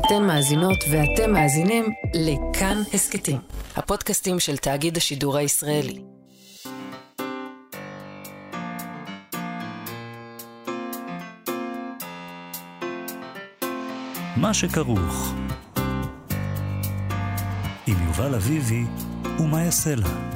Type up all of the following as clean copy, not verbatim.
אתן מאזינות ואתם מאזינים לכאן הסקטים, הפודקאסטים של תאגיד השידור הישראלי. מה שכרוך עם יובל אביבי ומה יעשה לה.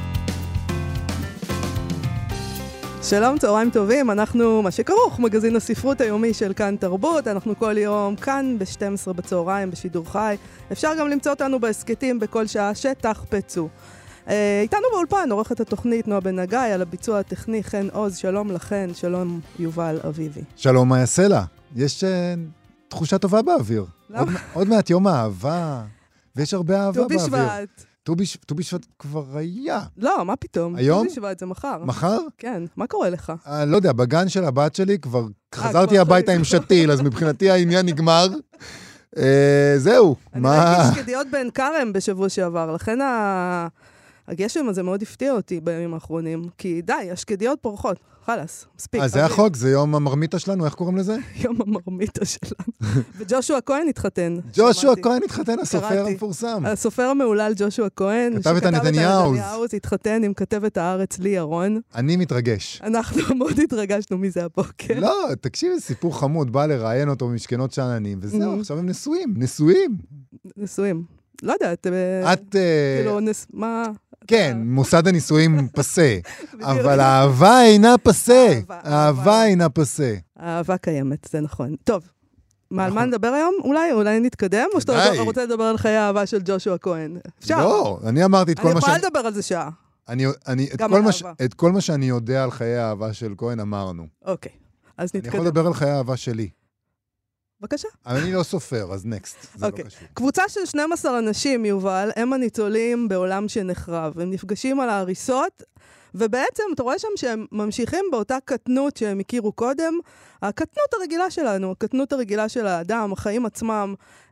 שלום, צהריים טובים, אנחנו מה שכרוך, מגזין הספרות היומי של כאן תרבות, אנחנו כל יום כאן ב-12 בצהריים בשידור חי, אפשר גם למצוא אותנו בהסקטים בכל שעה שתחפצו. איתנו באולפן עורכת התוכנית נועה בן הגיא, על הביצוע הטכני חן עוז, שלום לכן, שלום יובל אביבי. שלום, מה יעשה לה? יש תחושה טובה באוויר. עוד מעט יום האהבה, ויש הרבה אהבה באוויר. ט"ו בשבט. ט"ו בשבט כבר היה. לא, מה פתאום? היום? ט"ו בשבט זה מחר. מחר? כן, מה קורה לך? לא יודע, בגן של הבת שלי כבר חזרתי הביתה עם שתיל, אז מבחינתי העניין נגמר. זהו. אני ראיתי שקדיות בעין כרם בשבוע שעבר, לכן הגשם הזה מאוד הפתיע אותי בימים האחרונים, כי די, השקדיות פורחות, חלס, מספיק. זה החוק, זה יום המרמיתה שלנו, איך קוראים לזה? יום המרמיתה שלנו. וג'ושוע כהן התחתן. ג'ושוע כהן התחתן, הסופר המפורסם. הסופר המעולל ג'ושוע כהן. כתב את הנתניהו. התחתן עם כתבת הארץ לי ירון. אני מתרגש. אנחנו מאוד התרגשנו מזה הבוקר. לא, תקשיב, סיפור חמוד, בא לראיין אותו במשכנות שאננים, וזהו, עכשיו הם נשואים. נשואים. לא יודעת, כאילו, מה... כן, מוסד הנישואים פסה, אבל האהבה אינה פסה. האהבה אינה פסה. האהבה קיימת, זה נכון. טוב, על מה נדבר היום? אולי נתקדם, או שאתה רוצה לדבר על חיי האהבה של ג'ושוע כהן? אפשר. לא, אני אמרתי את כל מה אני יכולה לדבר על זה שעה. את כל מה שאני יודע על חיי האהבה של כהן אמרנו. אוקיי, אז נתקדם. אני יכול לדבר על חיי האהבה שלי. בבקשה. אבל אני לא סופר, אז נקסט. זה לא קשור. קבוצה של 12 אנשים, יובל, הם הניצולים בעולם שנחרב. הם נפגשים על ההריסות, ובעצם אתה רואה שם שהם ממשיכים באותה קטנות שהם הכירו קודם. הקטנות הרגילה שלנו, הקטנות הרגילה של האדם, החיים עצמם,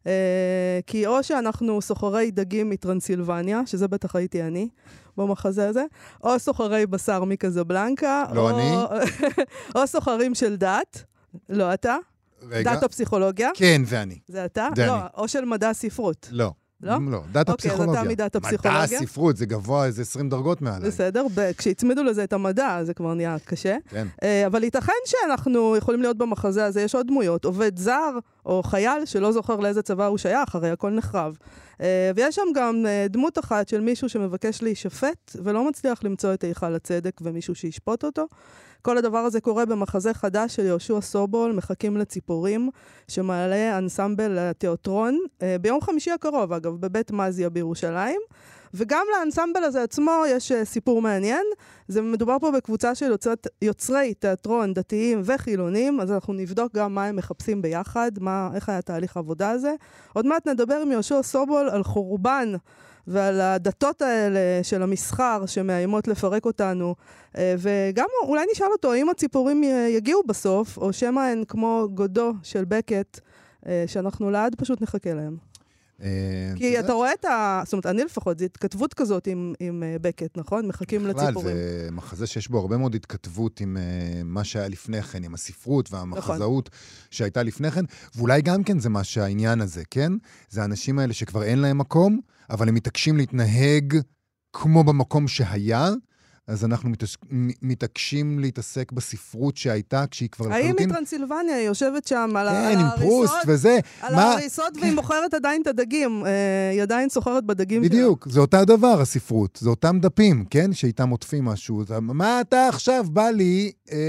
כי או שאנחנו סוחרי דגים מטרנסילבניה, שזה בטח הייתי אני במחזה הזה, או סוחרי בשר מקזבלנקה, לא אני. או סוחרים של דת, לא אתה. דת הפסיכולוגיה? כן, ואני. זה אתה? לא, או של מדע הספרות. לא. לא? לא, דת הפסיכולוגיה. אוקיי, אז אתה מדעת הפסיכולוגיה. מדע הספרות, זה גבוה איזה 20 דרגות מעליי. בסדר, כשהצמידו לזה את המדע, זה כבר נהיה קשה. כן. אבל ייתכן שאנחנו יכולים להיות במחזה הזה, יש עוד דמויות, עובד זר או חייל שלא זוכר לאיזה צבא הוא שייך, הרי הכל נחרב. ויש שם גם דמות אחת של מישהו שמבקש להישפט, ולא מצליח למצוא את היכל הצדק ומישהו שישפוט אותו. כל הדבר הזה קורה במחזה חדש של יהושע סובול, מחכים לציפורים, שמעלה אנסמבל לתיאטרון, ביום חמישי הקרוב, אגב, בבית מזיה בירושלים. וגם לאנסמבל הזה עצמו יש סיפור מעניין. זה מדובר פה בקבוצה של יוצרי תיאטרון דתיים וחילונים, אז אנחנו נבדוק גם מה הם מחפשים ביחד, איך היה תהליך העבודה הזה. עוד מעט נדבר עם יהושע סובול על חורבן, ועל הדתות האלה של המסחר שמאיימות לפרק אותנו, וגם אולי נשאל אותו האם הציפורים יגיעו בסוף, או שמה הן כמו גודו של בקט, שאנחנו לעד פשוט נחכה להם. כי אתה רואה זאת אומרת, אני לפחות, זו התכתבות כזאת עם בקט, נכון? מחכים לציפורים. בכלל, זה מחזה שיש בו הרבה מאוד התכתבות עם מה שהיה לפני כן, עם הספרות והמחזאות שהייתה לפני כן, ואולי גם כן זה מה שהעניין הזה, כן? זה האנשים האלה שכבר אין להם מקום, אבל הם מתעקשים להתנהג כמו במקום שהיה, אז אנחנו מתעקשים להתעסק בספרות שהייתה כשהיא כבר לחלוטין. האם מטרנסילבניה יושבת שם על ההריסות? כן, עם פרוסט וזה. על ההריסות והיא מוכרת עדיין את הדגים. היא עדיין סוחרת בדגים שלה. בדיוק, זה אותה דבר הספרות. זה אותם דפים, כן? שאיתם עוטפים משהו. מה אתה עכשיו בא לי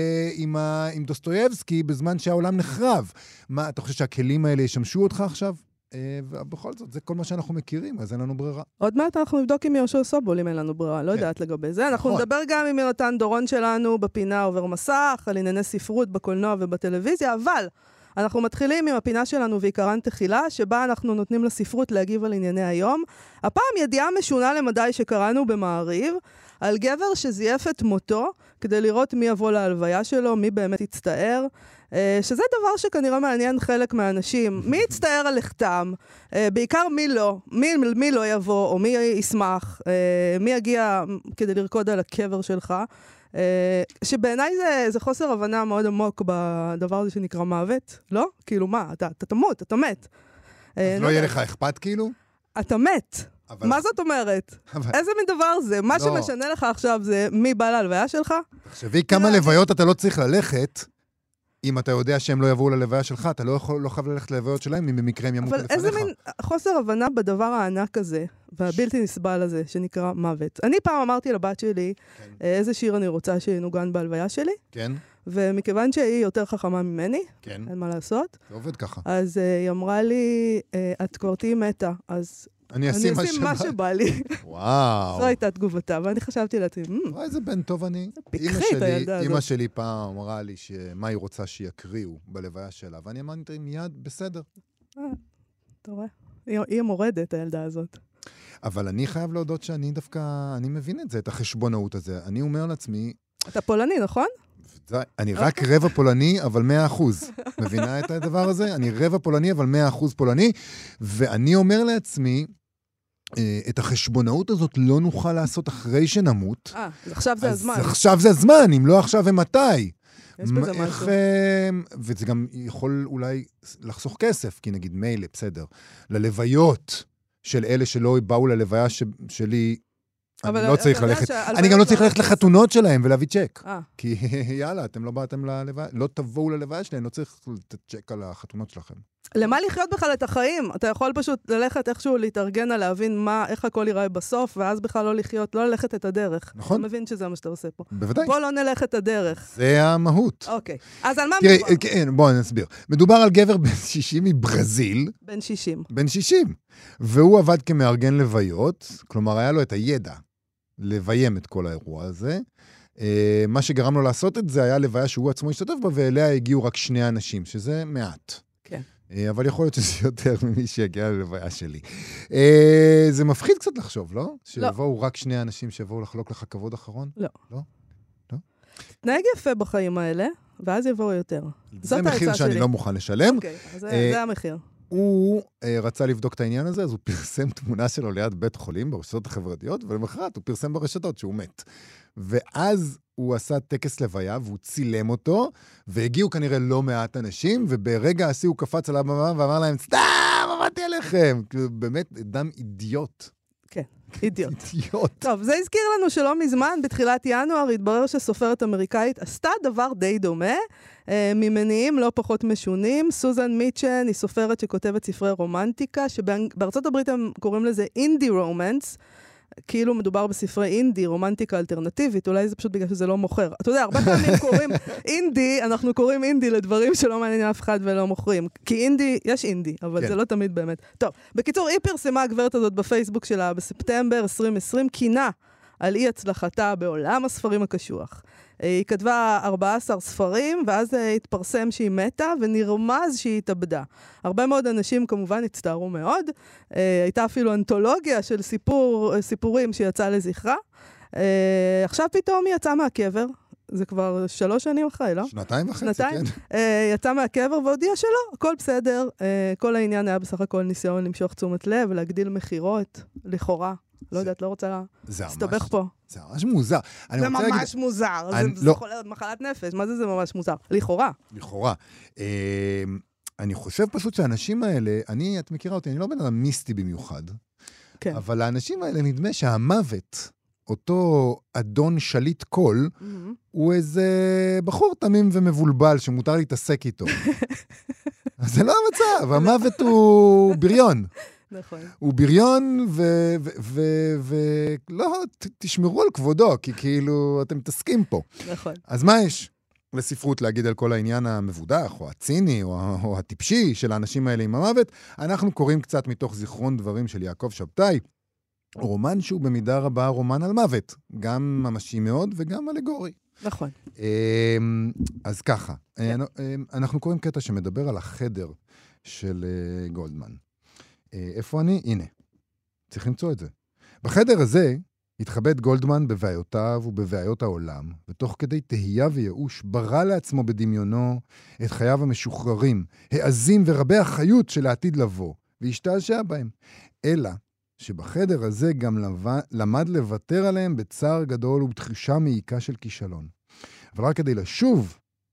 עם דוסטויבסקי בזמן שהעולם נחרב? מה, אתה חושב שהכלים האלה ישמשו אותך עכשיו? ובכל זאת, זה כל מה שאנחנו מכירים, אז אין לנו ברירה. עוד מעט אנחנו נבדוק עם יהושע סובול אם אין לנו ברירה, לא יודעת לגבי זה. אנחנו נדבר גם עם יונתן דורון שלנו בפינה עובר מסך, על ענייני ספרות בקולנוע ובטלוויזיה, אבל אנחנו מתחילים עם הפינה שלנו ועיקרן תחילה, שבה אנחנו נותנים לספרות להגיב על ענייני היום. הפעם ידיעה משונה למדי שקראנו במעריב, על גבר שזייף את מותו, כדי לראות מי יבוא להלוויה שלו, מי באמת יצטער, שזה דבר שכנראה מעניין חלק מהאנשים. מי יצטער על לכתם? בעיקר מי לא. מי לא יבוא, או מי ישמח, מי יגיע כדי לרקוד על הקבר שלך. שבעיניי זה חוסר הבנה מאוד עמוק בדבר הזה שנקרא מוות, לא? כאילו מה, אתה תמות, אתה מת. אז לא יהיה לך אכפת כאילו? אתה מת. מה זאת אומרת? איזה מין דבר זה? מה שמשנה לך עכשיו זה מי בא להלוויה שלך? תחשבי כמה לוויות אתה לא צריך ללכת, אם אתה יודע שהם לא יבואו ללוויה שלך, אתה לא חייב ללכת ללוויות שלהם, אם במקרה הם ימותו לפניך. אבל איזה מין חוסר הבנה בדבר הענק הזה, והבלתי נסבל הזה, שנקרא מוות. אני פעם אמרתי לבת שלי, איזה שיר אני רוצה שינוגן בהלוויה שלי, כן. ומכיוון שהיא יותר חכמה ממני, כן. אין מה לעשות. זה עובד ככה. אז היא אמרה לי, את כבר תהיי מתה, אז אני אשים מה שבא לי. וואו. זו הייתה תגובתה, ואני חשבתי לעצמי, איזה בן טוב אני. פיקחית הילדה הזאת. אמא שלי פעם אמרה לי מה היא רוצה שיקריאו בלוויה שלה, ואני אמרתי מיד, בסדר. אתה רואה? היא המורדת, הילדה הזאת. אבל אני חייב להודות שאני דווקא, אני מבין את זה, את החשבונאות הזה. אני אומר לעצמי... אתה פולני, נכון? אני רק רבע פולני, אבל 100%. מבינה את הדבר הזה? אני רבע פולני, אבל 100% פולני. ואני אומר לעצמי, את החשבונאות הזאת לא נוכל לעשות אחרי שנמות. עכשיו זה הזמן. עכשיו זה הזמן, אם לא עכשיו ומתי. יש בזה משהו. וזה גם יכול אולי לחסוך כסף, כי נגיד מיילה, בסדר. ללוויות של אלה שלא באו ללוויה שלי, אני לא צריך ללכת. אני גם לא צריך ללכת לחתונות שלהם ולהביא צ'ק. כי יאללה, אתם לא באתם ללוויה, לא תבואו ללוויה שלהם, לא צריך לתת צ'ק על החתונות שלכם. למה לחיות בכלל את החיים? אתה יכול פשוט ללכת איכשהו להתארגן על להבין איך הכל ייראה בסוף, ואז בכלל לא לחיות, לא ללכת את הדרך. נכון. אתה מבין שזה מה שאתה עושה פה. בוודאי. בוא לא נלך את הדרך. זה המהות. אוקיי. אז על מה מדובר? תראי, בואו נסביר. מדובר על גבר בן 60 מברזיל. בן 60. בן 60. והוא עבד כמארגן לוויות, כלומר היה לו את הידע לביים את כל האירוע הזה. מה שגרם לו לעשות את זה היה לוויה שהוא עצמו השתתף בה, ואליה הגיעו רק 2 אנשים, שזה מעט. כן. אבל יכול להיות שזה יותר ממי שיגיע ללוויה שלי. זה מפחיד קצת לחשוב, לא? שיבואו רק 2 אנשים שיבואו לחלוק לך כבוד אחרון? לא. לא? לא? תנהג יפה בחיים האלה, ואז יבואו יותר. זה מחיר שאני לא מוכן לשלם. אוקיי, אז זה המחיר. הוא רצה לבדוק את העניין הזה, אז הוא פרסם תמונה שלו ליד בית חולים ברשתות החברתיות, ולמחרת הוא פרסם ברשתות שהוא מת. ואז הוא עשה טקס לוויה, והוא צילם אותו, והגיעו כנראה לא מעט אנשים, וברגע השיא הוא קפץ על הבמה ואמר להם, סתם, עבדתי עליכם. באמת, אדם אידיוט. כן, אידיוט. אידיוט. טוב, זה הזכיר לנו שלא מזמן, בתחילת ינואר, התברר שסופרת אמריקאית עשתה דבר די דומה, ממניעים לא פחות משונים. סוזן מיטשן היא סופרת שכותבת ספרי רומנטיקה, שבארצות הברית הם קוראים לזה אינדי רומנס, כאילו מדובר בספרי אינדי, רומנטיקה אלטרנטיבית, אולי זה פשוט בגלל שזה לא מוכר. אתה יודע, הרבה פעמים קוראים אינדי, אנחנו קוראים אינדי לדברים שלא מעניין אף אחד ולא מוכרים. כי אינדי, יש אינדי, אבל כן. זה לא תמיד באמת. טוב, בקיצור, היא פרסמה הגברת הזאת בפייסבוק שלה בספטמבר 2020, קינה על אי הצלחתה בעולם הספרים הקשוח. היא כתבה 14 ספרים, ואז התפרסם שהיא מתה, ונרמז שהיא התאבדה. הרבה מאוד אנשים כמובן הצטערו מאוד. הייתה אפילו אנתולוגיה של סיפורים שיצאה לזכרה. עכשיו פתאום היא יצאה מהקבר. זה כבר 3 שנים אחרי, לא? 2.5, כן. יצא מהקבר והודיע שלא, הכל בסדר. כל העניין היה בסך הכל ניסיון למשוך תשומת לב, להגדיל מחירות, לכאורה. לא יודעת, לא רוצה להסתבך פה. זה ממש מוזר. זה ממש מוזר. זה יכול להיות מחלת נפש. מה זה ממש מוזר? לכאורה. לכאורה. אני חושב פשוט שהאנשים האלה, את מכירה אותי, אני לא בן אדם מיסטי במיוחד, אבל האנשים האלה נדמה שהמוות, אותו אדון שליט קול, הוא איזה בחור תמים ומבולבל שמותר להתעסק איתו. זה לא המצב, המוות הוא בריון. נכון. הוא בריון, ולא, תשמרו על כבודו, כי כאילו אתם מתעסקים פה. נכון. אז מה יש לספרות להגיד על כל העניין המבודח, או הציני, או הטיפשי של האנשים האלה עם המוות? אנחנו קוראים קצת מתוך זיכרון דברים של יעקב שבתאי, רומן שהוא במידה רבה רומן על מוות, גם ממשי מאוד וגם אלגורי. נכון. אז ככה, אנחנו קוראים קטע שמדבר על החדר של גולדמן. איפה אני? הנה. צריך למצוא את זה. בחדר הזה התחבט גולדמן בבעיותיו ובבעיות העולם, ותוך כדי תהייה וייאוש ברא לעצמו בדמיונו את חייו המשוחררים, העזים ורבי החיות של העתיד לבוא, והשתעשע בהם. אלא שבחדר הזה גם למד לוותר עליהם בצער גדול ובתחושה מעיקה של כישלון. אבל רק כדי לשוב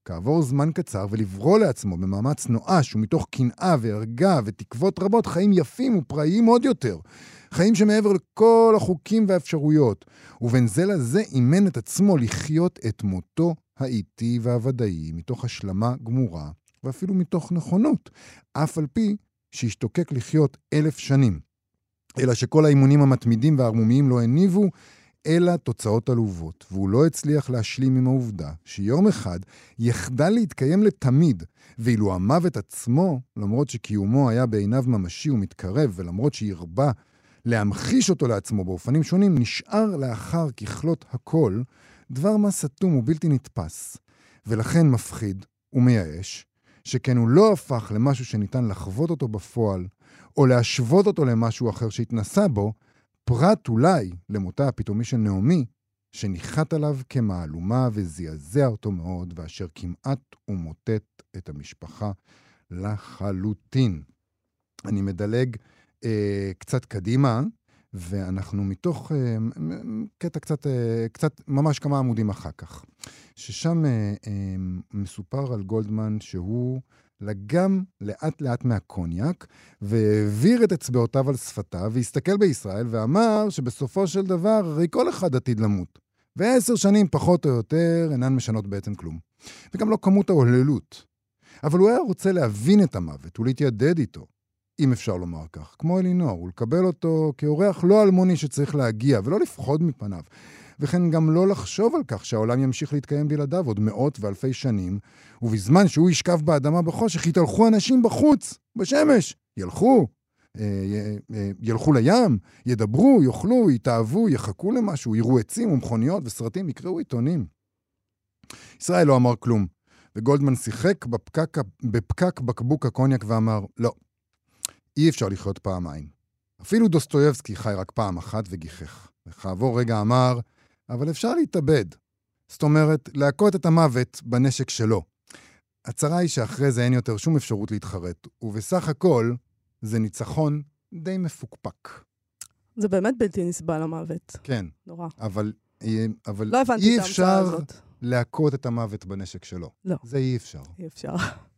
כעבור זמן קצר ולברוא לעצמו במאמץ נואש ומתוך קנאה והרגע ותקוות רבות חיים יפים ופראיים עוד יותר. חיים שמעבר לכל החוקים והאפשרויות. ובין זה לזה אימן את עצמו לחיות את מותו האיטי והוודאי מתוך השלמה גמורה ואפילו מתוך נכונות. אף על פי שהשתוקק לחיות 1000 שנים. אלא שכל האימונים המתמידים והערמומיים לא הניבו, אלא תוצאות עלובות, והוא לא הצליח להשלים עם העובדה שיום אחד יחדל להתקיים לתמיד, ואילו המוות עצמו, למרות שקיומו היה בעיניו ממשי ומתקרב, ולמרות שהרבה להמחיש אותו לעצמו באופנים שונים, נשאר לאחר ככלות הכל, דבר מה סתום ובלתי נתפס, ולכן מפחיד ומייאש, שכן הוא לא הפך למשהו שניתן לחוות אותו בפועל, או להשוות אותו למשהו אחר שהתנסה בו, פרט אולי למותה הפתאומי של נעמי, שניחת עליו כמעלומה וזעזע אותו מאוד, ואשר כמעט ומוטט את המשפחה לחלוטין. אני מדלג קצת קדימה, ואנחנו מתוך קטע קצת ממש כמה עמודים אחר כך, ששם מסופר על גולדמן שהוא לגם לאט לאט מהקוניאק, והעביר את אצבעותיו על שפתיו, והסתכל בישראל ואמר שבסופו של דבר הרי כל אחד עתיד למות. ו10 שנים פחות או יותר אינן משנות בעצם כלום. וגם לא כמות ההוללות. אבל הוא היה רוצה להבין את המוות ולהתיידד איתו, אם אפשר לומר כך, כמו אלינור, ולקבל אותו כאורח לא אלמוני שצריך להגיע, ולא לפחוד מפניו. וכן גם לא לחשוב על כך שהעולם ימשיך להתקיים בלעדיו עוד מאות ואלפי שנים, ובזמן שהוא ישכב באדמה בחושך, יתהלכו אנשים בחוץ, בשמש, ילכו לים, ידברו, יאכלו, יתאהבו, יחכו למשהו, יראו עצים ומכוניות וסרטים, יקראו עיתונים. ישראל לא אמר כלום, וגולדמן שיחק בפקק בקבוק הקוניאק ואמר, לא, אי אפשר לחיות פעמיים. אפילו דוסטויבסקי חי רק פעם אחת וגיחך. וכעבור רגע אמר, אבל אפשר להתאבד. זאת אומרת, להכות את המוות בנשק שלו. הצרה היא שאחרי זה אין יותר שום אפשרות להתחרט, ובסך הכל זה ניצחון די מפוקפק. זה באמת בלתי נסבל המוות. כן. נורא. אבל לא הבנתי את ההמצאה הזאת. להכות את המוות בנשק שלו. לא. זה אי אפשר. אי אפשר.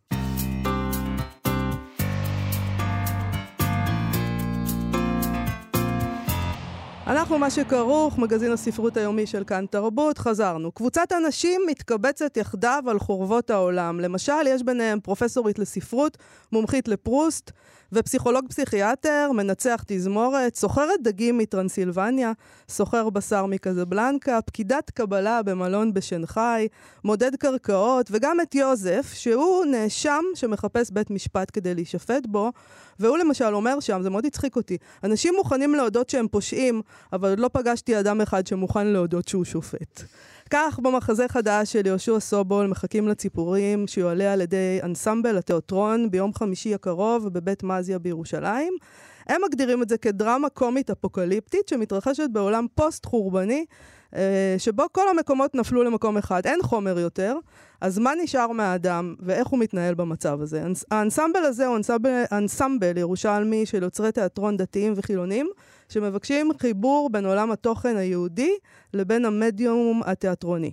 אנחנו מה שכרוך, מגזין הספרות היומי של כאן תרבות, חזרנו. קבוצת אנשים מתקבצת יחדיו על חורבות העולם. למשל, יש ביניהם פרופסורית לספרות, מומחית לפרוסט, ופסיכולוג פסיכיאטר, מנצח תזמורת, סוחרת דגים מטרנסילבניה, סוחר בשר מקזבלנקה, פקידת קבלה במלון בשנחאי, מודד קרקעות, וגם את יוזף, שהוא נאשם שמחפש בית משפט כדי להישפט בו, והוא למשל אומר שם, זה מאוד הצחיק אותי, אנשים מוכנים להודות שהם פושעים, אבל עוד לא פגשתי אדם אחד שמוכן להודות שהוא שופט. כך במחזה חדש של יהושע סובול מחכים לציפורים שיועלה על ידי אנסמבל התיאטרון ביום חמישי הקרוב בבית מזיה בירושלים. הם מגדירים את זה כדרמה קומית אפוקליפטית שמתרחשת בעולם פוסט חורבני, שבו כל המקומות נפלו למקום אחד, אין חומר יותר, אז מה נשאר מהאדם ואיך הוא מתנהל במצב הזה? האנסמבל הזה הוא אנסמבל ירושלמי של יוצרי תיאטרון דתיים וחילונים, שמבקשים חיבור בין עולם התוכן היהודי לבין המדיום התיאטרוני.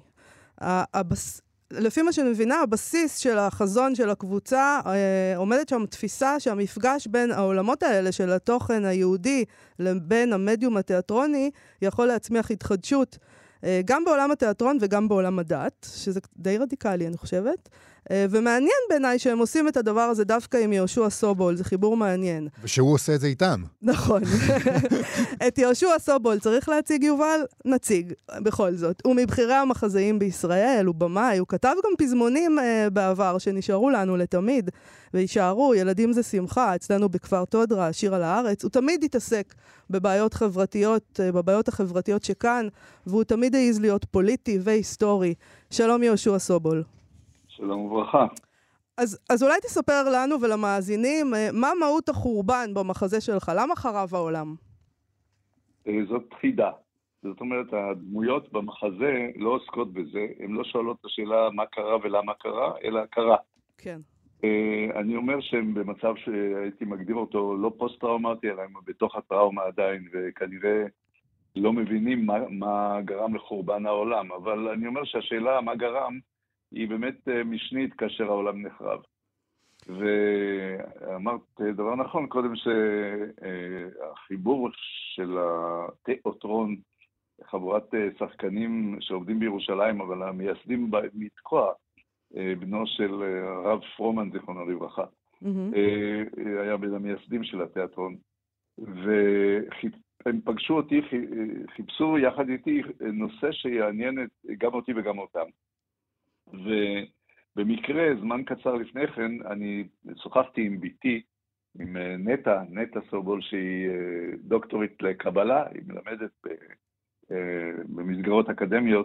לפי מה שאני מבינה, הבסיס של החזון של הקבוצה עומדת שם תפיסה שהמפגש בין העולמות האלה של התוכן היהודי לבין המדיום התיאטרוני יכול להצמיח התחדשות גם בעולם התיאטרון וגם בעולם הדת, שזה די רדיקלי אני חושבת. ומעניין בעיניי שהם עושים את הדבר הזה דווקא עם יהושע סובול, זה חיבור מעניין. ושהוא עושה את זה איתם. נכון. את יהושע סובול צריך להציג יובל? נציג, בכל זאת. הוא מבחירי המחזאים בישראל, הוא במאי, הוא כתב גם פזמונים בעבר שנשארו לנו לתמיד, וישארו, ילדים זה שמחה, אצלנו בכפר תודרה, שיר על הארץ, הוא תמיד התעסק בבעיות חברתיות, בבעיות החברתיות שכאן, והוא תמיד העז להיות פוליטי והיסטורי. שלום יהושע סובול. שלום וברכה. אז אולי תספר לנו ולמאזינים, מה מהות החורבן במחזה שלך? למה חרב העולם? זאת חידה. זאת אומרת, הדמויות במחזה לא עוסקות בזה, הן לא שואלות את השאלה מה קרה ולמה קרה, אלא קרה. כן. אני אומר שהם במצב שהייתי מגדיר אותו לא פוסט-טראומטי, אלא הם בתוך הטראומה עדיין, וכנראה לא מבינים מה גרם לחורבן העולם. אבל אני אומר שהשאלה מה גרם, היא באמת משנית כאשר העולם נחרב. ואמרת דבר נכון, קודם שהחיבור של התיאטרון, חבורת שחקנים שעובדים בירושלים, אבל המייסדים מתקוע, בנו של הרב פרומן, זיכרונו לברכה, היה בין המייסדים של התיאטרון. והם פגשו אותי, חיפשו יחד איתי נושא שיעניין גם אותי וגם אותם. ובמקרה, זמן קצר לפני כן, אני שוחחתי עם ביתי, עם נטע סובול, שהיא דוקטורית לקבלה, היא מלמדת במסגרות אקדמיות,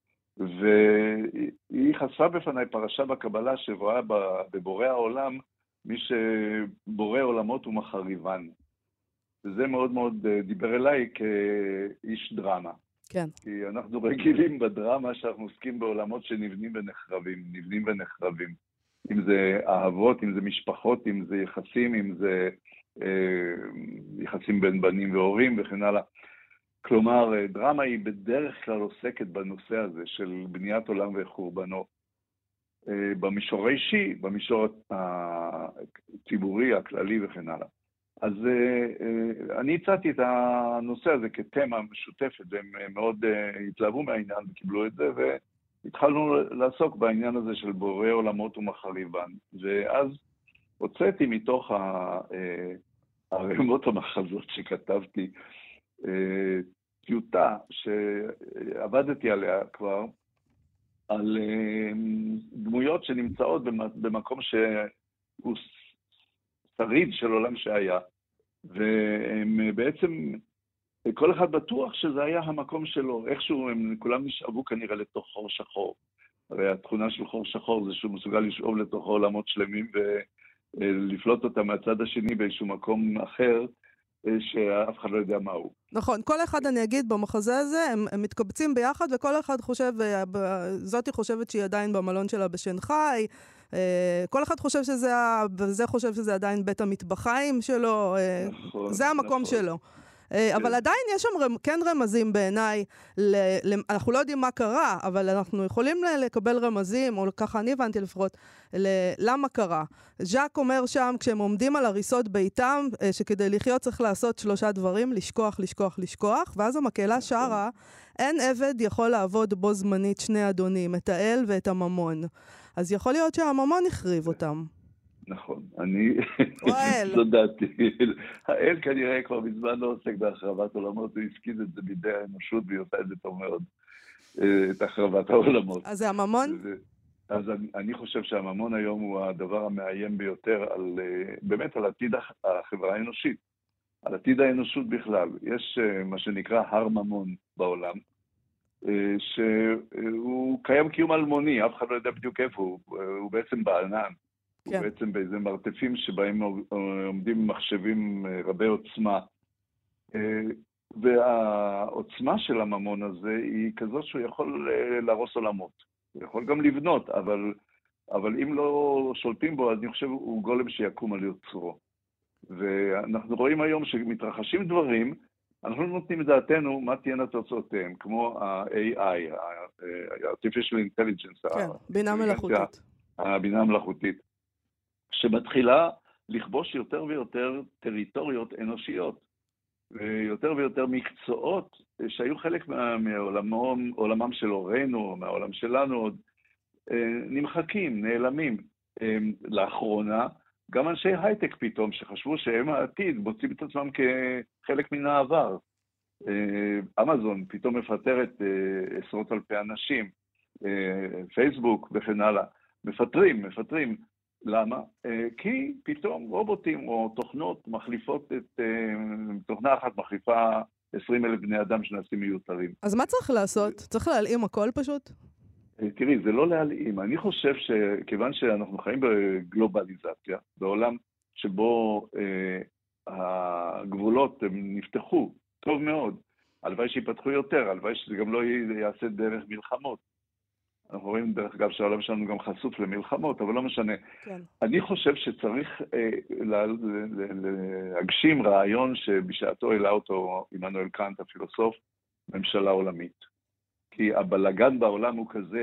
והיא חשפה בפניי פרשה בקבלה שרואה בבורא העולם, מי שבורא עולמות ומחריבן. וזה מאוד מאוד דיבר אליי כאיש דרמה. כן. כי אנחנו רגילים בדרמה שאנחנו עוסקים בעולמות שנבנים ונחרבים. אם זה אהבות, אם זה משפחות, אם זה יחסים, אם זה יחסים בין בנים והורים וכן הלאה. כלומר, דרמה היא בדרך כלל עוסקת בנושא הזה של בניית עולם וחורבנו. במישור האישי, במישור הציבורי, הכללי וכן הלאה. אז אני הצעתי את הנושא הזה כתמה משותפת, והם מאוד התלהבו מהעניין וקיבלו את זה, והתחלנו לעסוק בעניין הזה של בורא עולמות ומחריבן. ואז הוצאתי מתוך הרמות המחזות שכתבתי, טיוטה שעבדתי עליה כבר, על דמויות שנמצאות במקום שהוא שריד של עולם שהיה, והם בעצם, כל אחד בטוח שזה היה המקום שלו, איכשהו הם כולם נשאבו כנראה לתוך חור שחור. הרי התכונה של חור שחור זה שהוא מסוגל לשאוב לתוך עולמות שלמים ולפלוט אותם מהצד השני באיזשהו מקום אחר, שאף אחד לא יודע מהו. נכון, כל אחד אני אגיד במחזה הזה, הם מתקבצים ביחד, וכל אחד חושב, זאתי חושבת שהיא עדיין במלון שלה בשן חי, כל אחד חושב שזה, וזה חושב שזה עדיין בית המטבחיים שלו, נכון, זה המקום נכון. שלו. אבל עדיין יש שם כן רמזים בעיניי, אנחנו לא יודעים מה קרה, אבל אנחנו יכולים לקבל רמזים, או ככה אני הבנתי לפחות, למה קרה. ז'אק אומר שם, כשהם עומדים על הריסות ביתם, שכדי לחיות צריך לעשות 3 דברים, לשכוח, ואז המקהלה שרה, אין עבד יכול לעבוד בו זמנית 2 אדונים, את האל ואת הממון. אז יכול להיות שהממון החריב אותם. נכון, אני צודעתי. האל כנראה כבר מזמן לא עוסק בהחרבת עולמות, הוא הפקיד את זה בידי האנושות, והיא עושה את זה טוב מאוד, את החרבת העולמות. אז זה הממון? אז אני חושב שהממון היום הוא הדבר המאיים ביותר, באמת על עתיד החברה האנושית, על עתיד האנושות בכלל. יש מה שנקרא הר ממון בעולם, שהוא קיים קיום אלמוני, אף אחד לא יודע בדיוק איפה הוא בעצם בענן. הוא בעצם באיזה מרתפים שבהם עומדים מחשבים רבי עוצמה. והעוצמה של הממון הזה היא כזאת שהוא יכול להרוס עולמות. הוא יכול גם לבנות, אבל אם לא שולטים בו, אז אני חושב הוא גולם שיקום על יוצרו. ואנחנו רואים היום שמתרחשים דברים, אנחנו לא נותנים את דעתנו מה תהיינה תוצאותיהם, כמו ה-AI, ה-Artificial Intelligence. כן, בינה מלאכותית. הבינה המלאכותית. שמתחילה לכבוש יותר ויותר טריטוריות אנושיות, ויותר ויותר מקצועות שהיו חלק מעולמם של הורינו, מהעולם שלנו, עוד נמחקים, נעלמים. לאחרונה, גם אנשי הייטק פתאום, שחשבו שהם העתיד, מוצאים את עצמם כחלק מן העבר. אמזון פתאום מפטרת עשרות אלפי אנשים, פייסבוק וכן הלאה. מפטרים. למה? כי פתאום רובוטים או תוכנות מחליפות תוכנה אחת מחליפה 20,000 בני אדם שנעשים מיותרים. אז מה צריך לעשות? צריך להלאים הכל פשוט? תראי, זה לא להלאים. אני חושב שכיוון שאנחנו חיים בגלובליזציה, בעולם שבו הגבולות הם נפתחו טוב מאוד, הלוואי שיפתחו יותר, הלוואי שזה גם לא יעשה דרך מלחמות. אנחנו רואים דרך אגב שהעולם שלנו גם חשוף למלחמות, אבל לא משנה. כן. אני חושב שצריך להגשים רעיון שבשעתו העלה אותו עמנואל קאנט, הפילוסוף, ממשלה עולמית. כי הבלגן בעולם הוא כזה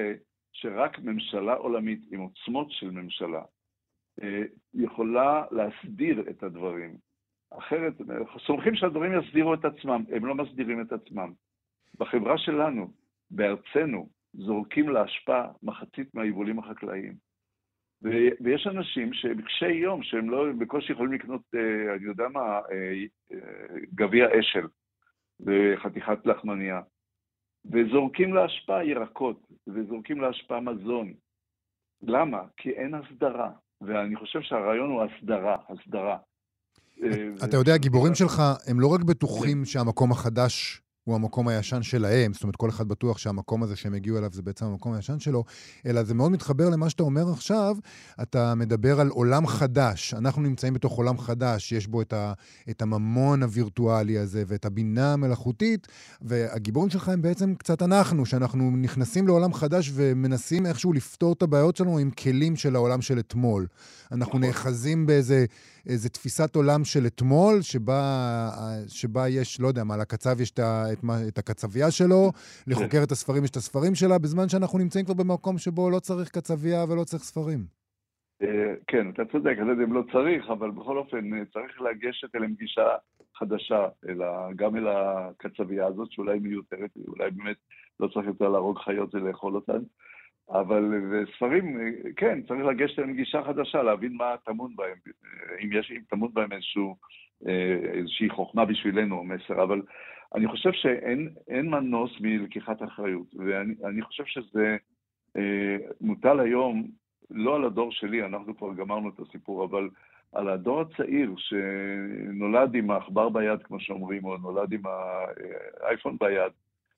שרק ממשלה עולמית עם עוצמות של ממשלה יכולה להסדיר את הדברים. אחרת, סומכים שהדברים יסדירו את עצמם, הם לא מסדירים את עצמם. בחברה שלנו, בארצנו, זורקים להשפעה מחצית מהיבולים החקלאיים. ויש אנשים שבקשי יום, שהם לא בקושי יכולים לקנות, אני יודע מה, גביע אשל וחתיכת לחמניה. וזורקים להשפעה ירקות, וזורקים להשפעה מזון. למה? כי אין הסדרה. ואני חושב שהרעיון הוא הסדרה. אתה יודע, הגיבורים שלך הם לא רק בטוחים שהמקום החדש הוא המקום הישן שלהם, זאת אומרת, כל אחד בטוח שהמקום הזה שהם הגיעו אליו זה בעצם המקום הישן שלו, אלא זה מאוד מתחבר למה שאתה אומר עכשיו, אתה מדבר על עולם חדש, אנחנו נמצאים בתוך עולם חדש, יש בו את הממון הווירטואלי הזה, ואת הבינה המלאכותית, והגיבורים שלך הם בעצם קצת אנחנו, שאנחנו נכנסים לעולם חדש, ומנסים איכשהו לפתור את הבעיות שלנו עם כלים של העולם של אתמול. אנחנו נאחזים איזה תפיסת עולם של אתמול, שבה יש, לא יודע מה, לקצב יש את הקצבייה שלו, לחוקר את הספרים יש את הספרים שלה, בזמן שאנחנו נמצאים כבר במקום שבו לא צריך קצבייה ולא צריך ספרים. כן, אתה צודק, אני לא יודע אם לא צריך, אבל בכל אופן צריך לגשת אליהם גישה חדשה, גם אל הקצבייה הזאת, שאולי מיותרת, אולי באמת לא צריך יותר להרוג חיות ולאכול אותן, אבל ספרים, כן, צריך לגשת אליהם גישה חדשה, להבין מה טמון בהם, אם טמון בהם איזושהי חוכמה בשבילנו או מסר, אבל אני חושב שאין מנוס מלקיחת אחריות, ואני חושב שזה מוטל היום, לא על הדור שלי, אנחנו כבר גמרנו את הסיפור, אבל על הדור הצעיר שנולד עם העכבר ביד, כמו שאומרים, או נולד עם האייפון ביד,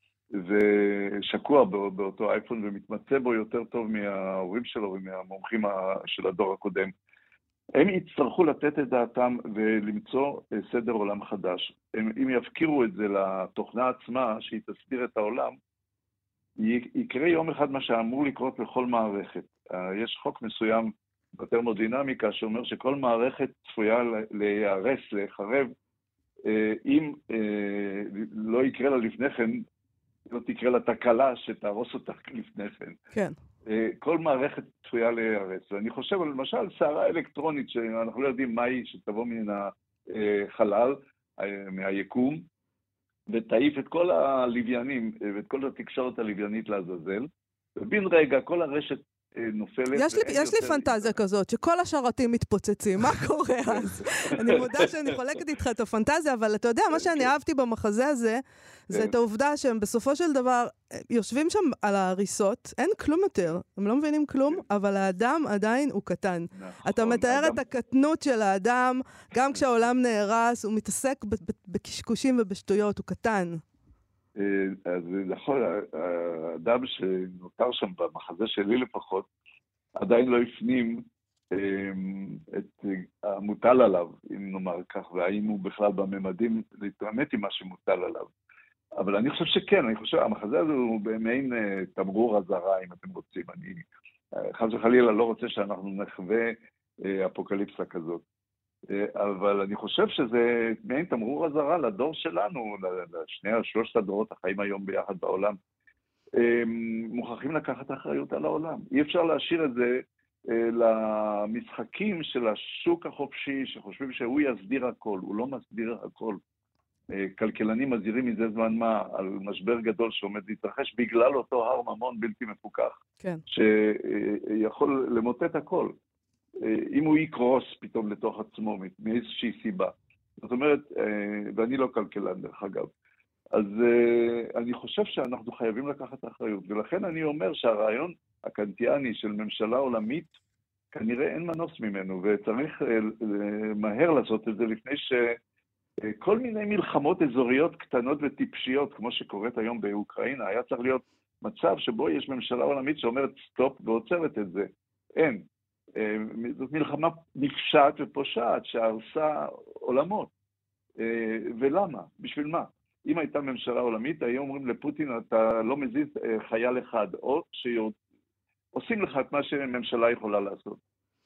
ושקוע באותו אייפון ומתמצא בו יותר טוב מההורים שלו ומהמומחים של הדור הקודם. הם יצטרכו לתת את דעתם ולמצוא סדר עולם חדש. אם יפקירו את זה לתוכנה עצמה, שהיא תסדיר את העולם, יקרה יום אחד מה שאמור לקרות לכל מערכת. יש חוק מסוים בטרמודינמיקה שאומר שכל מערכת צפויה להיהרס, להיחרב, אם לא יקרה לה לפני כן, לא תקרה לה תקלה שתהרוס אותה לפני כן. כן. כל מערכת צפויה להיהרס. ואני חושב, למשל, סערה אלקטרונית, שאנחנו לא יודעים מה היא, שתבוא מן החלל, מהיקום, ותעיף את כל הלוויינים, ואת כל התקשורת הלוויינית לעזאזל, ובין רגע כל הרשת נופלת. יש לי פנטזיה כזאת, שכל השרתים מתפוצצים, מה קורה אז? אני מודה שאני חולקת איתך את הפנטזיה, אבל אתה יודע, מה שאני אהבתי במחזה הזה, זה את העובדה שהם בסופו של דבר יושבים שם על ההריסות, אין כלום יותר, הם לא מבינים כלום, אבל האדם עדיין הוא קטן. אתה מתאר את הקטנות של האדם, גם כשהעולם נהרס, הוא מתעסק בקשקושים ובשטויות, הוא קטן. אז נכון, האדם שנותר שם במחזה שלי לפחות, עדיין לא הפנים את המוטל עליו, אם נאמר כך, והאם הוא בכלל בממדים להתרמת עם מה שמוטל עליו. אבל אני חושב שכן, אני חושב, המחזה הזה הוא במעין תמרור הזרה, אם אתם רוצים. אני חס וחלילה לא רוצה שאנחנו נחווה אפוקליפסה כזאת. אבל אני חושב שזה מעין תמרור הזרה לדור שלנו, לשלושת הדורות החיים היום ביחד בעולם. מוכרחים לקחת אחריות על העולם. אי אפשר להשאיר את זה למשחקים של השוק החופשי, שחושבים שהוא יסדיר הכל, הוא לא מסדיר הכל. כלכלנים מזהירים מזה זמן מה על משבר גדול שעומד להתרחש בגלל אותו הר ממון בלתי מפוקח, כן. שיכול למוטט הכל. אם הוא יקרוס פתאום לתוך עצמו מאיזושהי סיבה. זאת אומרת, ואני לא כלכלן דרך אגב, אז אני חושב שאנחנו חייבים לקחת אחריות, ולכן אני אומר שהרעיון הקנטיאני של ממשלה עולמית, כנראה אין מנוס ממנו, וצריך מהר לעשות את זה לפני שכל מיני מלחמות אזוריות קטנות וטיפשיות, כמו שקורית היום באוקראינה, היה צריך להיות מצב שבו יש ממשלה עולמית שאומרת סטופ ועוצרת את זה. אין. זאת מלחמה נפשעת ופושעת שהרסה עולמות. ולמה? בשביל מה? אם הייתה ממשלה עולמית, היו אומרים לפוטין, אתה לא מזיז חייל אחד, או שעושים לך את מה שממשלה יכולה לעשות.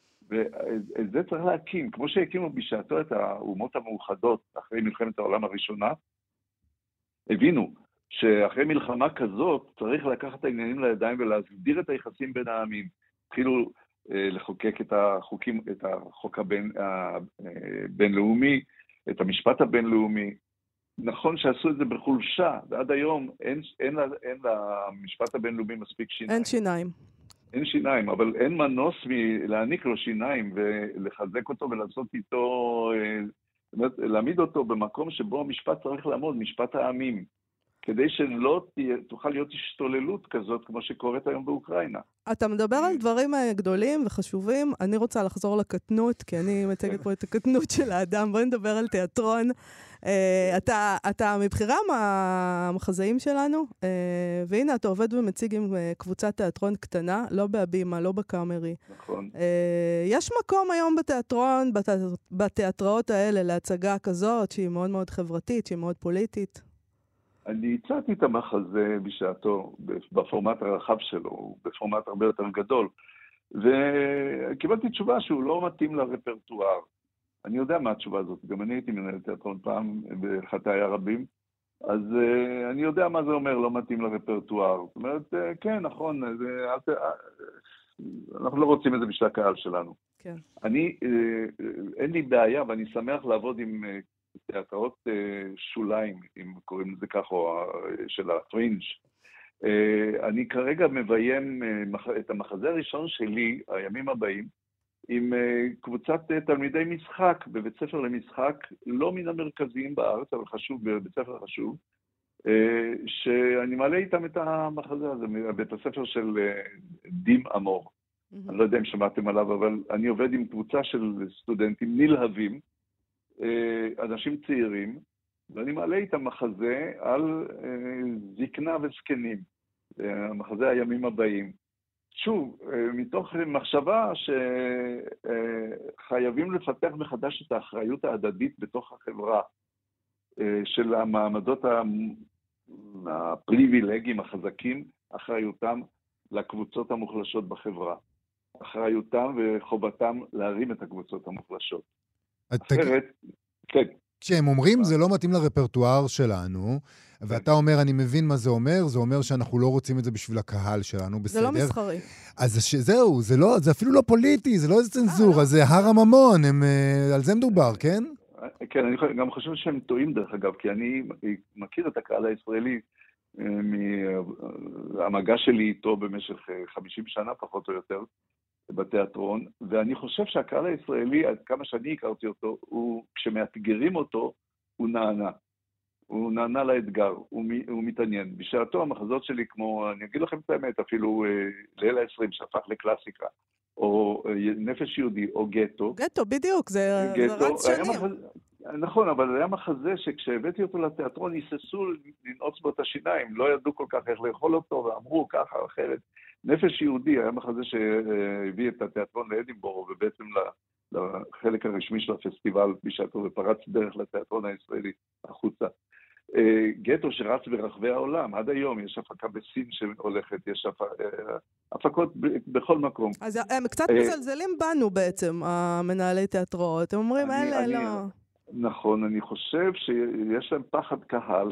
ואת זה צריך להקים, כמו שהקימו בשעתו את האומות המאוחדות אחרי מלחמת העולם הראשונה, הבינו שאחרי מלחמה כזאת צריך לקחת את העניינים לידיים ולהסדיר את היחסים בין העמים. התחילו לחוקק את החוק הבינלאומי, את המשפט הבינלאומי. נכון שעשו את זה בחולשה, ועד היום אין למשפט הבינלאומי מספיק שיניים. אין שיניים. אין שיניים, אבל אין מנוס מלהעניק לו שיניים ולחזק אותו ולעשות איתו, להעמיד אותו במקום שבו המשפט צריך לעמוד, משפט העמים, כדי שלא תוכל להיות השתוללות כזאת כמו שקורית היום באוקראינה. אתה מדבר על דברים גדולים וחשובים, אני רוצה לחזור לקטנות, כי אני מתגת פה את הקטנות של האדם, בואי נדבר על תיאטרון. אתה מבחירה מהמחזאים שלנו, והנה אתה עובד ומציג עם קבוצת תיאטרון קטנה, לא בהבימה, לא בקאמרי. נכון. יש מקום היום בתיאטרון, בתיאטראות האלה, להצגה כזאת, שהיא מאוד מאוד חברתית, שהיא מאוד פוליטית? אני הצעתי את המחזה בשעתו, בפורמט הרחב שלו, בפורמט הרבה יותר גדול, וקיבלתי תשובה שהוא לא מתאים לרפרטואר. אני יודע מה התשובה הזאת, גם אני הייתי מנהל תיאטרון פעם בחטאי הרבים, אז אני יודע מה זה אומר, לא מתאים לרפרטואר. זאת אומרת, כן, נכון, אנחנו לא רוצים את זה בשביל הקהל שלנו. כן. אין לי בעיה, ואני שמח לעבוד עם תיאטראות שוליים, אם קוראים לזה כך, או של הפרינג'. אני כרגע מביים את המחזה הראשון שלי, הימים הבאים, עם קבוצת תלמידי משחק, בבית ספר למשחק, לא מן המרכזיים בארץ, אבל חשוב, בבית ספר חשוב, שאני מעלה איתם את המחזה הזה, בית הספר של דים אמור. אני לא יודע אם שמעתם עליו, אבל אני עובד עם קבוצה של סטודנטים נלהבים, אנשים צעירים, ואני מעלה איתם מחזה על זקנה וזקנים, המחזה הימים הבאים. שוב, מתוך מחשבה שחייבים לפתח מחדש את האחריות ההדדית בתוך החברה, של המעמדות הפריבילגיים החזקים, אחריותם לקבוצות המוחלשות בחברה. אחריותם וחובתם להרים את הקבוצות המוחלשות. אחרת, כן. כשהם אומרים זה לא מתאים לרפרטואר שלנו, ואתה אומר אני מבין מה זה אומר שאנחנו לא רוצים את זה בשביל הקהל שלנו, בסדר? זה לא מסחרי. אז זהו, זה אפילו לא פוליטי, זה לא איזה צנזורה, זה הר הממון, על זה מדובר, כן? כן, אני גם חושב שהם טועים דרך אגב, כי אני מכיר את הקהל הישראלי מהמגע שלי איתו במשך 50 שנה פחות או יותר, בתיאטרון, ואני חושב שהקהל הישראלי, עד כמה שאני הכרתי אותו, כשמאתגרים אותו, הוא נענה. הוא נענה לאתגר, הוא מתעניין. בשעתו המחזות שלי, כמו, אני אגיד לכם את האמת, אפילו ליל ה-20 שהפך לקלאסיקה, או נפש יהודי, או גטו. גטו, בדיוק, זה רץ שנים. נכון, אבל היה מחזה שכשהבאתי אותו לתיאטרון, ניססו לנעוץ בו את השיניים, לא ידעו כל כך איך לאכול אותו, ואמרו ככה, אחרת. נפש יהודי היה מחזה שהביא את התיאטרון לאדינבורו, ובעצם לחלק הרשמי של הפסטיבל בשעתו, ופרץ דרך לתיאטרון הישראלי החוצה. גטו שרץ ברחבי העולם, עד היום יש הפקה בסין שהולכת, יש הפקות בכל מקום. אז הם קצת מזלזלים בנו בעצם, המנהלי תיאטראות, הם אומרים אלה לא... נכון, אני חושב שיש להם פחד קהל,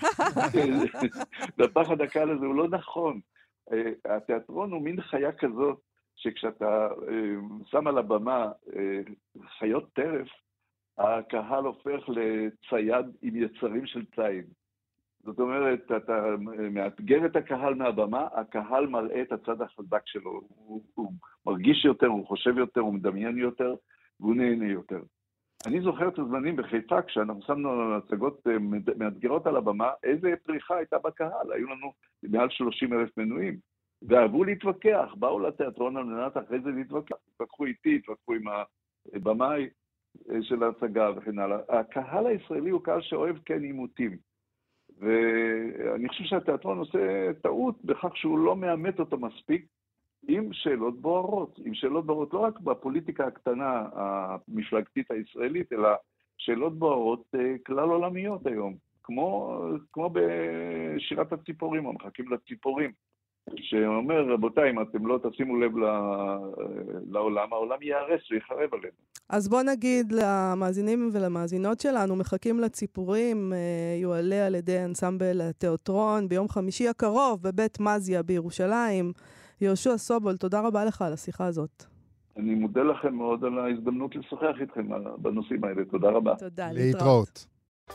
והפחד הקהל הזה הוא לא נכון. התיאטרון הוא מין חיה כזאת, שכשאתה שם על הבמה חיות טרף, הקהל הופך לצייד עם יצרים של ציד. זאת אומרת, אתה מאתגר את הקהל מהבמה, הקהל מראה את הצד החזק שלו. הוא מרגיש יותר, הוא חושב יותר, הוא מדמיין יותר, והוא נהנה יותר. אני זוכר את הזמנים בחיפה, כשאנחנו שמנו הצגות מאתגרות על הבמה, איזה פריחה הייתה בקהל. היו לנו מעל 30,000 מנויים. ואהבו להתווכח, באו לתיאטרון על מנת אחרי זה להתווכח. התווכחו איתי, התווכחו עם הבמאי של ההצגה וכן הלאה. הקהל הישראלי הוא קהל שאוהב כן עימותים. ואני חושב שהתיאטרון עושה טעות בכך שהוא לא מאמת אותו מספיק עם שאלות בוערות. עם שאלות בוערות לא רק בפוליטיקה הקטנה המפלגתית הישראלית, אלא שאלות בוערות כלל עולמיות היום. כמו בשירת הציפורים, המחכים לציפורים. שאומר, רבותיי, אם אתם לא תשימו לב לעולם, העולם ייהרס ויחרב עלינו. אז בוא נגיד למאזינים ולמאזינות שלנו, מחכים לציפורים, יועלה על ידי אנסמבל התיאטרון ביום חמישי הקרוב בבית מזיה בירושלים. יהושע סובול, תודה רבה לך על השיחה הזאת. אני מודה לכם מאוד על ההזדמנות לשוחח איתכם בנושאים האלה. תודה רבה. תודה, להתראות.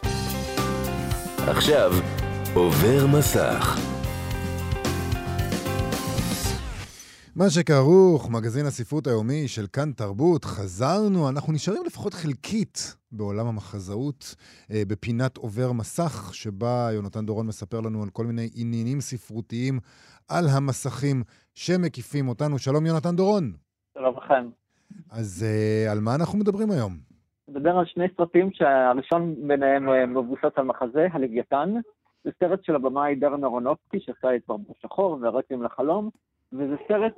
עכשיו עובר מסך. מה שכרוך, מגזין הספרות היומי של כאן תרבות, חזרנו, אנחנו נשארים לפחות חלקית בעולם המחזאות, בפינת עובר מסך, שבה יונתן דורון מספר לנו על כל מיני עניינים ספרותיים על המסכים שמקיפים אותנו. שלום יונתן דורון. שלום לכם. אז על מה אנחנו מדברים היום? נדבר על שני סרטים שהראשון ביניהם מבוסס על מחזה, הלוויתן. זה סרט של הבמאי דרן אהרונובסקי, שעשה את ברבור שחור והרקם לחלום. וזה סרט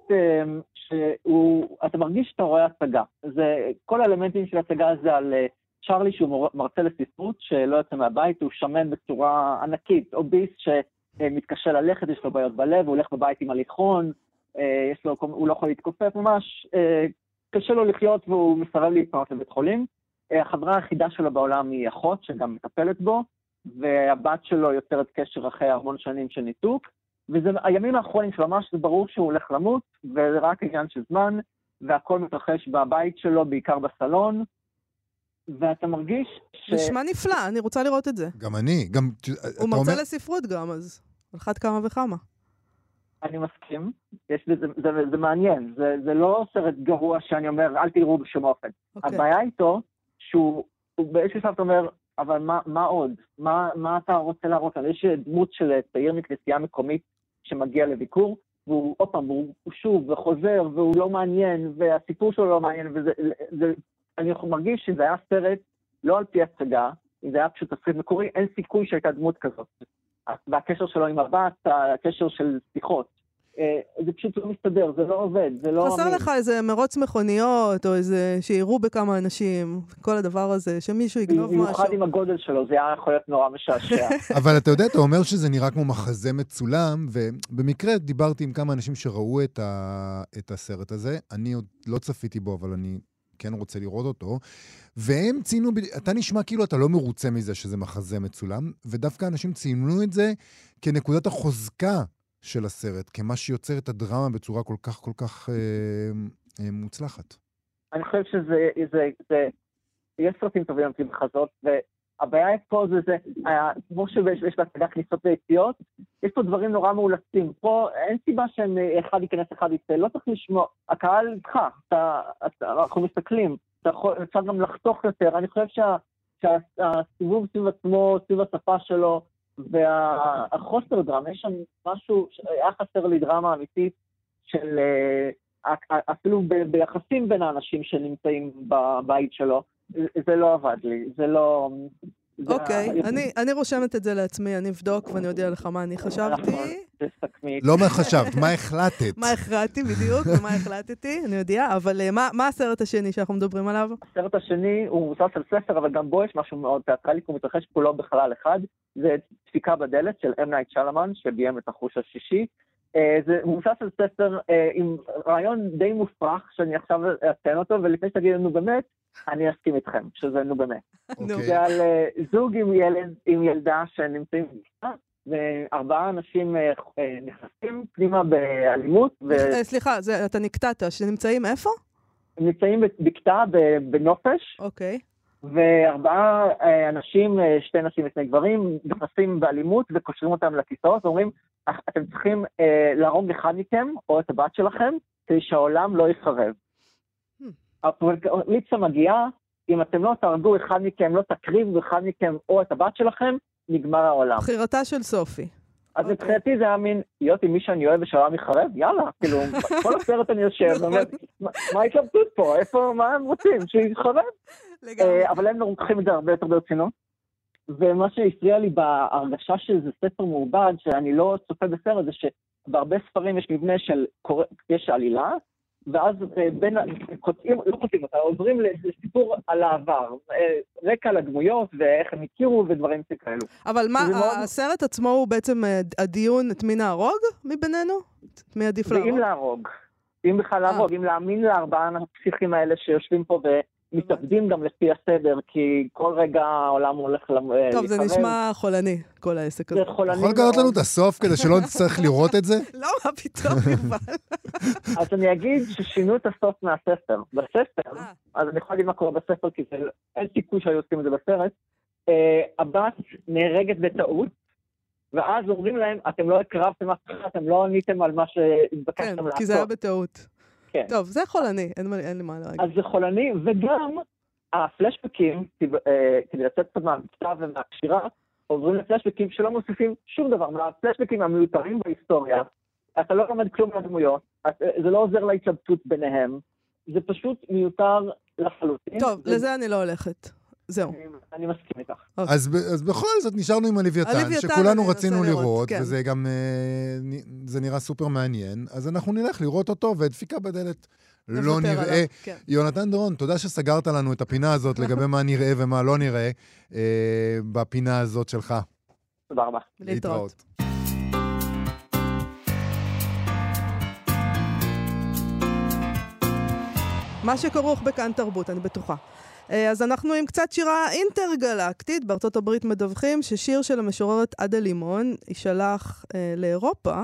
אתה מרגיש שאתה רואה הצגה. כל האלמנטים של הצגה זה על צ'רלי שהוא מרצה לספרות שלא יוצא מהבית, הוא שמן בצורה ענקית, אוביס שמתקשה ללכת, יש לו בעיות בלב, הוא הולך בבית עם הליכון, הוא לא יכול להתכופף ממש, קשה לו לחיות והוא מסרב להתפנות לבית חולים. החברה היחידה שלו בעולם היא אחות שגם מטפלת בו, והבת שלו יוצרת קשר אחרי המון שנים של ניתוק, וזה הימים האחרונים שממש זה ברור שהוא הולך למות, וזה רק עניין של זמן, והכל מתרחש בבית שלו, בעיקר בסלון, ואתה מרגיש נשמע נפלא, אני רוצה לראות את זה. גם אני. הוא מרצה לספרות גם, אז על אחת כמה וכמה. אני מסכים, זה מעניין, זה לא סרט גרוע שאני אומר, אל תראו בשום אופן. הבעיה איתו, שהוא באיזשהו שלב אומר, אבל מה עוד? מה אתה רוצה להראות? יש דמות של צעיר מכנסייה מקומית שמגיע לביקור, והוא עוד פעם, הוא שוב וחוזר, והוא לא מעניין, והסיפור שלו לא מעניין, אני מרגיש שזה היה סרט לא על פי הצגה, אם זה היה פשוט תסריט מקורי, אין סיכוי שהייתה דמות כזאת. והקשר שלו עם הבת, הקשר של שיחות, זה פשוט לא מסתדר, זה לא עובד, זה לא... חסר לך איזה מרוץ מכוניות, או איזה שיראו בכמה אנשים, כל הדבר הזה, שמישהו יגנוב משהו. במיוחד עם הגודל שלו, זה היה יכול להיות נורא משעשע. אבל אתה יודע, אתה אומר שזה נראה כמו מחזה מצולם, ובמקרה דיברתי עם כמה אנשים שראו את הסרט הזה, אני עוד לא צפיתי בו, אבל אני כן רוצה לראות אותו, והם ציינו, אתה נשמע כאילו אתה לא מרוצה מזה שזה מחזה מצולם, ודווקא אנשים ציינו את זה כנקודת החוזקה של הסרט, כמה שיוצר את הדרמה בצורה כל כך מוצלחת. אני חושב יש סרטים טובים עם מחזות, והבעיה פה זה, כמו שיש בהצגה כניסות ויציאות, יש פה דברים נורא מאולצים. פה אין סיבה שאחד ייכנס, אחד יצא, לא צריך לשמוע, הקהל איתך, אנחנו מסתכלים, אפשר גם לחתוך יותר, אני חושב שהסיבוב סביב עצמו, סביב השפה שלו, והחוסר דרמה, יש שם משהו, היה חסר לי דרמה אמיתית של אפילו ביחסים בין האנשים שנמצאים בבית שלו, זה לא עבד לי, זה לא... אוקיי, אני רושמת את זה לעצמי, אני אבדוק ואני אודיע לך מה אני חשבתי. לא מה חשבת, מה החלטת? מה החלטתי בדיוק ומה החלטתי, אני יודעת, אבל מה הסרט השני שאנחנו מדברים עליו? הסרט השני הוא מבוסס על ספר, אבל גם בו יש משהו מאוד תיאטרלי, הוא מתרחש כולו בחלל אחד, זה דפיקה בדלת של M. Night Shyamalan, שביים את החוש השישי. זה מבוסס על ספר עם רעיון די מופרך, שאני עכשיו אתן אותו, ולפני שתגיד לנו באמת, אני אסכים איתכם, שזה נו באמת. זה על זוג עם ילדה שנמצאים בקטע, וארבעה אנשים נכנסים פנימה באלימות. סליחה, אתה נקטעת, שנמצאים איפה? הם נמצאים בקטע בנופש. אוקיי. וארבעה אנשים, שתי נשים ושני גברים, נכנסים באלימות וקושרים אותם לכיסאות, ואומרים, אתם צריכים להרוג אחד מכם, או את הבת שלכם, כדי שהעולם לא יחרב. הפרקליצה מגיעה, אם אתם לא תהרגו אחד מכם, לא תקריבו אחד מכם או את הבת שלכם, נגמר העולם. בחירתה של סופי. אז מבחינתי זה היה מין, להיות עם מי שאני אוהב ושהעולם יחרב, יאללה, כאילו, כל הסרט אני יושב, ואומר, מה התלבטות פה? איפה, מה הם רוצים? שיחרב? אבל הם לוקחים את זה הרבה יותר ברצינות. ומה שהפריע לי בהרגשה שזה ספר מעובד, שאני לא צופה בסרט, זה שבהרבה ספרים יש מבנה של, יש עלילה, ואז לא כותבים אותה, עוברים לסיפור על העבר, רקע על הדמויות ואיך הם הכירו ודברים כאלו. אבל מה, הסרט עצמו הוא בעצם הדיון את מי נהרוג מבינינו? הבנתי. מי עדיף להרוג? ואם להרוג. אם בכלל להרוג, אם להאמין לארבעה הפסיכים האלה שיושבים פה ומתאבדים גם לפי הסדר, כי כל רגע העולם הולך לחרב. טוב, זה נשמע חולני, כל העסק הזה. זה חולני. יכול לגלות לנו את הסוף כדי שלא נצטרך לראות את זה? לא, מה פתאום, יובל. אז אני אגיד ששינו את הסוף מהספר. בספר, אז אני יכול להגיד מה קורה בספר, כי אין סיכוי שהיו עושים את זה בסרט. הבת נהרגת בטעות, ואז אומרים להם, אתם לא הקרבתם אף אחד, אתם לא עניתם על מה שהתבקשתם לעשות. כן, כי זה היה בטעות. כן. טוב, זה חולני, אין לי מה להגיד. אז זה חולני, וגם הפלשבקים, כדי לצאת קצת מהמקצב ומהקשירה, עוברים לפלשבקים שלא מוסיפים שום דבר. מהפלשבקים המיותרים בהיסטוריה, אתה לא לומד כלום מהדמויות, זה לא עוזר להתלבטות ביניהם, זה פשוט מיותר לחלוטין. טוב, לזה אני לא הולכת. זהו. אני מסכים איתך. אז בכל זאת נשארנו עם הלוויתן, שכולנו רצינו לראות, וזה גם, זה נראה סופר מעניין, אז אנחנו נלך לראות אותו, ודפיקה בדלת לא נראה. יונתן דורון, תודה שסגרת לנו את הפינה הזאת לגבי מה נראה ומה לא נראה בפינה הזאת שלך. תודה רבה. להתראות. מה שכרוך בכאן תרבות, אני בטוחה. אז אנחנו עם קצת שירה אינטרגלקטית. בארצות הברית מדווחים ששיר של המשוררת עדה לימון יישלח לאירופה.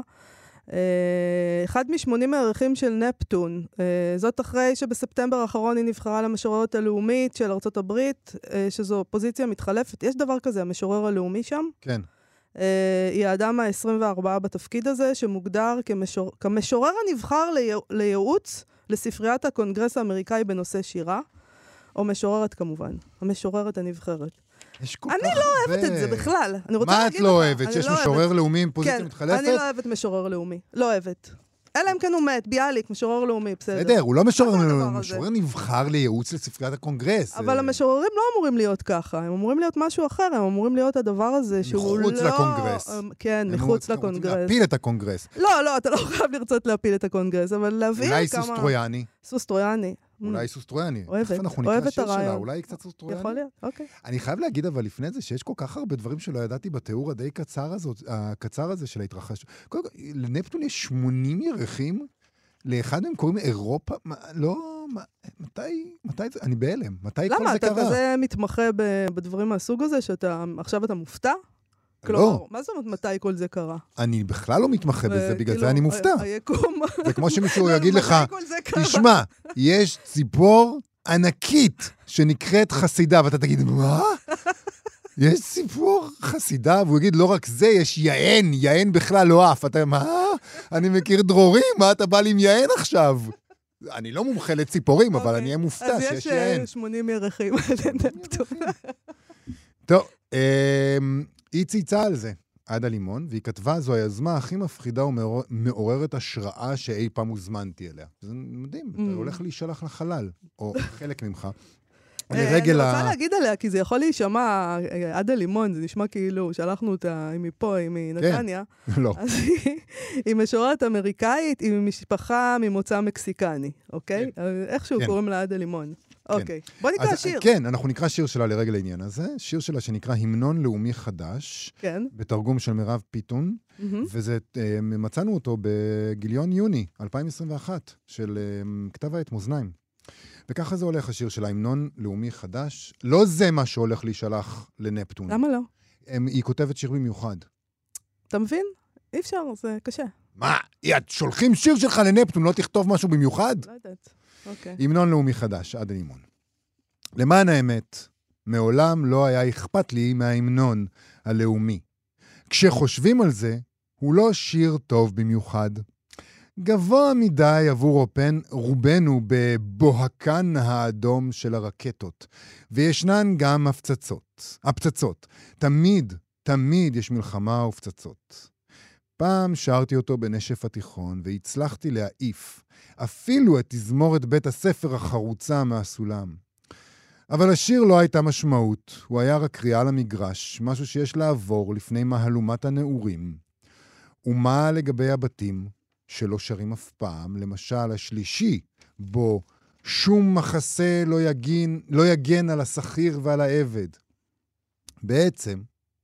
אחד מ-80 מערכים של נפטון. זאת אחרי שבספטמבר האחרון היא נבחרה למשוררת הלאומית של ארצות הברית, שזו פוזיציה מתחלפת. יש דבר כזה, המשורר הלאומי שם? כן. היא האדם ה-24 בתפקיד הזה, שמוגדר כמשורר הנבחר לייעוץ לספריית הקונגרס האמריקאי בנושא שירה. או משוררת כמובן, המשוררת הנבחרת. אני לא אוהבת את זה בכלל. מה את לא אוהבת? שיש משורר לאומי עם פוזיציה מתחלפת? אני לא אוהבת משורר לאומי. לא אוהבת. אלא אם כן הוא מת, ביאליק, משורר לאומי, בסדר. בסדר, הוא לא משורר לאומי, הוא משורר נבחר לייעוץ לספריית הקונגרס. אבל המשוררים לא אמורים להיות ככה, הם אמורים להיות משהו אחר, הם אמורים להיות הדבר הזה שהוא לא... מחוץ לקונגרס. כן, מחוץ לקונגרס. הם רוצים להפיל את הקונגרס. לא, אתה לא חייב לרצות להפיל את הקונגרס, אבל להביא כמה... אולי סוס טרויאני. סוס טרויאני. אולי סוס טרויאני. אוהבת הרעיון. אולי קצת סוס טרויאני. יכול להיות, אוקיי. אני חייב להגיד אבל לפני זה שיש כל כך הרבה דברים שלא ידעתי בתיאור הדי הקצר הזה של ההתרחש. לנפטון יש 80 ירחים, לאחד מהם קוראים אירופה, לא, מתי זה? אני בהלם. מתי כל זה קרה? למה? אתה כזה מתמחה בדברים מהסוג הזה, שעכשיו אתה מופתע? לא. מה זאת אומרת מתי כל זה קרה? אני בכלל לא מתמחה בזה, בגלל זה אני מופתע. היקום. זה כמו שמישהו יגיד לך, תשמע, יש ציפור ענקית שנקראת חסידה, ואתה תגיד, מה? יש ציפור חסידה, והוא יגיד, לא רק זה, יש יען בכלל לא אף. אתה, מה? אני מכיר דרורים, מה אתה בא לי עם יען עכשיו? אני לא מומחה לציפורים, אבל אני אהיה מופתע שיש יען. אז יש 80 ירחים לנפטון. טוב, היא צייצה על זה, עדה לימון, והיא כתבה, זו היזמה הכי מפחידה ומעוררת השראה שאי פעם הוזמנתי אליה. זה מדהים, אתה הולך להישלח לחלל, או חלק ממך. אני רוצה להגיד עליה, כי זה יכול להישמע, עדה לימון, זה נשמע כאילו, שלחנו אותה מפה, מנתניה. לא. אז היא משוררת אמריקאית, היא משפחה ממוצא מקסיקני, אוקיי? איכשהו קוראים לה עדה לימון. אוקיי, בוא נקרא שיר. כן, אנחנו נקרא שיר שלה לרגל העניין הזה, שיר שלה שנקרא המנון לאומי חדש, בתרגום של מירב פיתון, ומצאנו אותו בגיליון יוני 2021, של כתב העת מאזניים. וככה זה הולך השיר שלה, המנון לאומי חדש. לא זה מה שהולך להישלח לנפטון. למה לא? היא כותבת שיר במיוחד. אתה מבין? אי אפשר, זה קשה. מה? את שולחים שיר שלך לנפטון, לא תכתוב משהו במיוחד? לא יודעת. אוקיי. המנון לאומי חדש, עדה לימון. למען האמת, מעולם לא היה אכפת לי מההמנון הלאומי. כשחושבים על זה, הוא לא שיר טוב במיוחד. גבוה מדי עבור רובנו בבוהקן האדום של הרקטות. וישנן גם הפצצות. תמיד יש מלחמה ופצצות. פעם שרתי אותו בנשף התיכון והצלחתי להעיף אפילו את תזמורת בית הספר החרוצה מהסולם. אבל השיר לא הייתה משמעות, הוא היה רק קריאה למגרש, משהו שיש לעבור לפני מהלומת הנעורים. ומה לגבי הבתים שלא שרים אף פעם, למשל השלישי, בו שום מחסה לא יגן על השכיר ועל העבד. בעצם,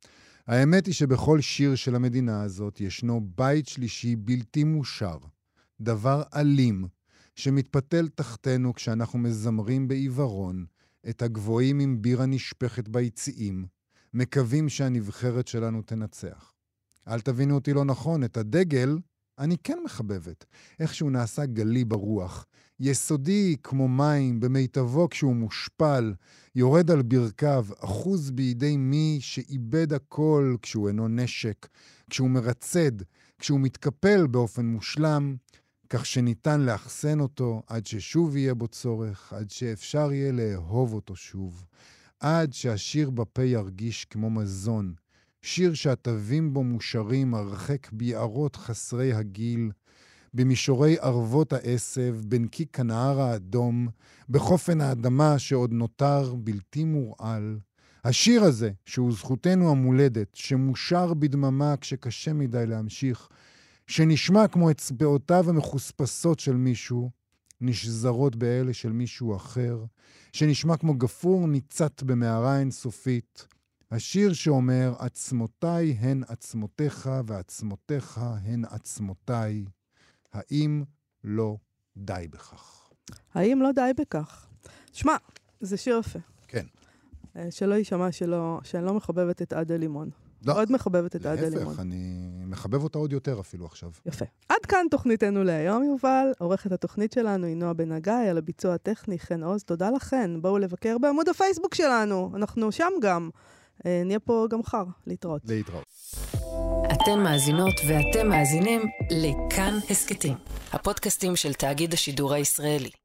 האמת היא שבכל שיר של המדינה הזאת ישנו בית שלישי בלתי מושר, דבר אלים, שמתפתל תחתנו כשאנחנו מזמרים בעיוורון, את הגבוהים עם בירה נשפכת ביציאים, מקווים שהנבחרת שלנו תנצח. אל תבינו אותי לא נכון, את הדגל אני כן מחבבת. איכשהו נעשה גלי ברוח, יסודי כמו מים, במיטבו כשהוא מושפל, יורד על ברכיו, אחוז בידי מי שאיבד הכל כשהוא אינו נשק, כשהוא מרצד, כשהוא מתקפל באופן מושלם, כך שניתן לאחסן אותו עד ששוב יהיה בו צורך, עד שאפשר יהיה לאהוב אותו שוב, עד שהשיר בפה ירגיש כמו מזון, שיר שהטבים בו מושרים הרחק ביערות חסרי הגיל, במישורי ערבות העשב, בנקיק הנהר האדום, בחופן האדמה שעוד נותר בלתי מורעל. השיר הזה, שהוא זכותנו המולדת, שמושר בדממה כשקשה מדי להמשיך, שנשמע כמו אצבעותיו המחוספסות של מישהו, נשזרות באלה של מישהו אחר, שנשמע כמו גפור ניצת במערה אינסופית, השיר שאומר, עצמותיי הן עצמותיך ועצמותיך הן עצמותיי, האם לא די בכך? האם לא די בכך? שמע, זה שיר יפה. כן. שלא יישמע שאני לא מחבבת את עדה לימון. מאוד מחבבת את עדה לימון. להפך, אני מחבב אותה עוד יותר אפילו עכשיו. יפה. עד כאן תוכניתנו להיום, יובל. עורכת התוכנית שלנו היא נועה בן הגיא, על הביצוע הטכני, חן עוז. תודה לכן. בואו לבקר בעמוד הפייסבוק שלנו. אנחנו שם גם. נהיה פה גם מחר. להתראות. אתן מאזינות ואתם מאזינים לכאן הסקטים, הפודקאסטים של תאגיד השידור הישראלי.